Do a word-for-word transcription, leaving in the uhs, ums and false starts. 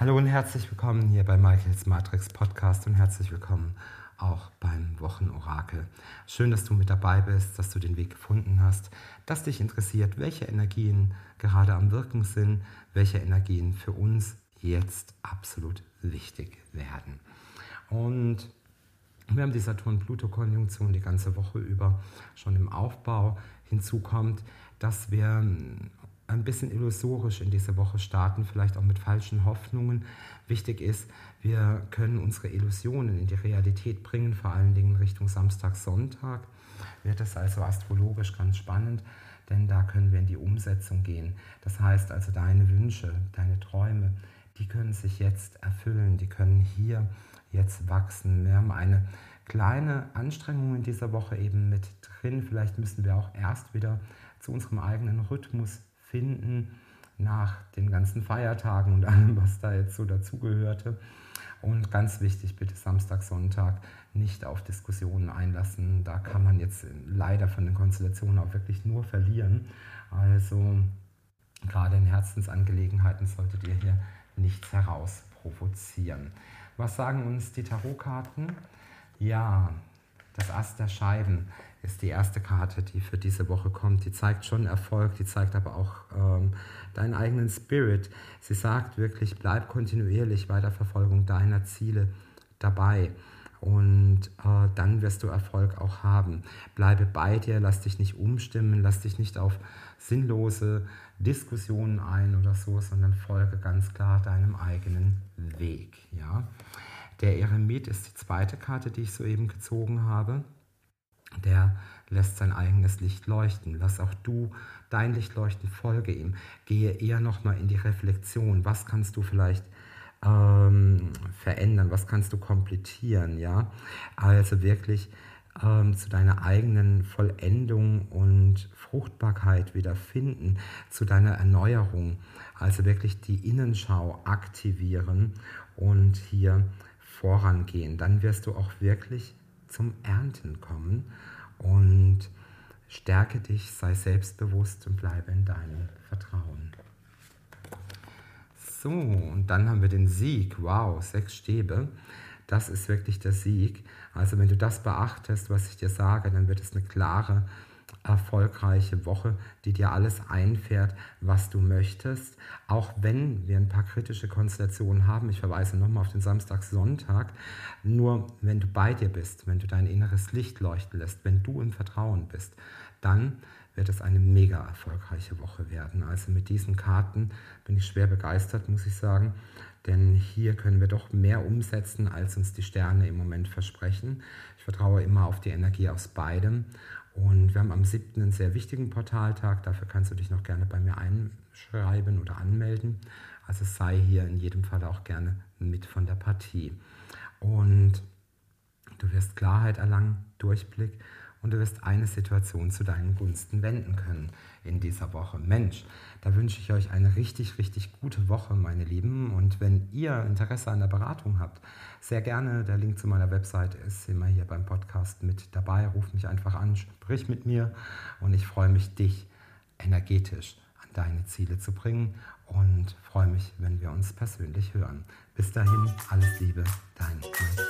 Hallo und herzlich willkommen hier bei Michaels Matrix Podcast und herzlich willkommen auch beim Wochenorakel. Schön, dass du mit dabei bist, dass du den Weg gefunden hast, dass dich interessiert, welche Energien gerade am Wirken sind, welche Energien für uns jetzt absolut wichtig werden. Und wir haben die Saturn-Pluto-Konjunktion die ganze Woche über schon im Aufbau. Hinzu kommt, dass wir ein bisschen illusorisch in diese Woche starten, vielleicht auch mit falschen Hoffnungen. Wichtig ist, wir können unsere Illusionen in die Realität bringen, vor allen Dingen Richtung Samstag, Sonntag. Wird es also astrologisch ganz spannend, denn da können wir in die Umsetzung gehen. Das heißt also, deine Wünsche, deine Träume, die können sich jetzt erfüllen, die können hier jetzt wachsen. Wir haben eine kleine Anstrengung in dieser Woche eben mit drin. Vielleicht müssen wir auch erst wieder zu unserem eigenen Rhythmus finden, nach den ganzen Feiertagen und allem, was da jetzt so dazugehörte. Und ganz wichtig, bitte Samstag, Sonntag nicht auf Diskussionen einlassen. Da kann man jetzt leider von den Konstellationen auch wirklich nur verlieren. Also gerade in Herzensangelegenheiten solltet ihr hier nichts herausprovozieren. Was sagen uns die Tarotkarten? Ja, das Ass der Scheiben ist die erste Karte, die für diese Woche kommt. Die zeigt schon Erfolg, die zeigt aber auch ähm, deinen eigenen Spirit. Sie sagt wirklich, bleib kontinuierlich bei der Verfolgung deiner Ziele dabei und äh, dann wirst du Erfolg auch haben. Bleibe bei dir, lass dich nicht umstimmen, lass dich nicht auf sinnlose Diskussionen ein oder so, sondern folge ganz klar deinem eigenen Weg. Ja? Der Eremit ist die zweite Karte, die ich soeben gezogen habe. Der lässt sein eigenes Licht leuchten. Lass auch du dein Licht leuchten, folge ihm. Gehe eher nochmal in die Reflexion. Was kannst du vielleicht ähm, verändern? Was kannst du komplettieren? Ja? Also wirklich ähm, zu deiner eigenen Vollendung und Fruchtbarkeit wieder finden, zu deiner Erneuerung. Also wirklich die Innenschau aktivieren und hier vorangehen. Dann wirst du auch wirklich zum Ernten kommen und stärke dich, sei selbstbewusst und bleibe in deinem Vertrauen. So, und dann haben wir den Sieg. Wow, sechs Stäbe. Das ist wirklich der Sieg. Also wenn du das beachtest, was ich dir sage, dann wird es eine klare, erfolgreiche Woche, die dir alles einfährt, was du möchtest. Auch wenn wir ein paar kritische Konstellationen haben, ich verweise nochmal auf den Samstag, Sonntag, nur wenn du bei dir bist, wenn du dein inneres Licht leuchten lässt, wenn du im Vertrauen bist, dann wird es eine mega erfolgreiche Woche werden. Also mit diesen Karten bin ich schwer begeistert, muss ich sagen, denn hier können wir doch mehr umsetzen, als uns die Sterne im Moment versprechen. Ich vertraue immer auf die Energie aus beidem. Und wir haben am siebten einen sehr wichtigen Portaltag, dafür kannst du dich noch gerne bei mir einschreiben oder anmelden. Also sei hier in jedem Fall auch gerne mit von der Partie. Und du wirst Klarheit erlangen, Durchblick und du wirst eine Situation zu deinen Gunsten wenden können in dieser Woche. Mensch, da wünsche ich euch eine richtig, richtig gute Woche, meine Lieben. Und wenn ihr Interesse an der Beratung habt, sehr gerne, der Link zu meiner Website ist immer hier beim Podcast mit dabei. Ruf mich einfach an, sprich mit mir und ich freue mich, dich energetisch an deine Ziele zu bringen und freue mich, wenn wir uns persönlich hören. Bis dahin, alles Liebe, dein Mike.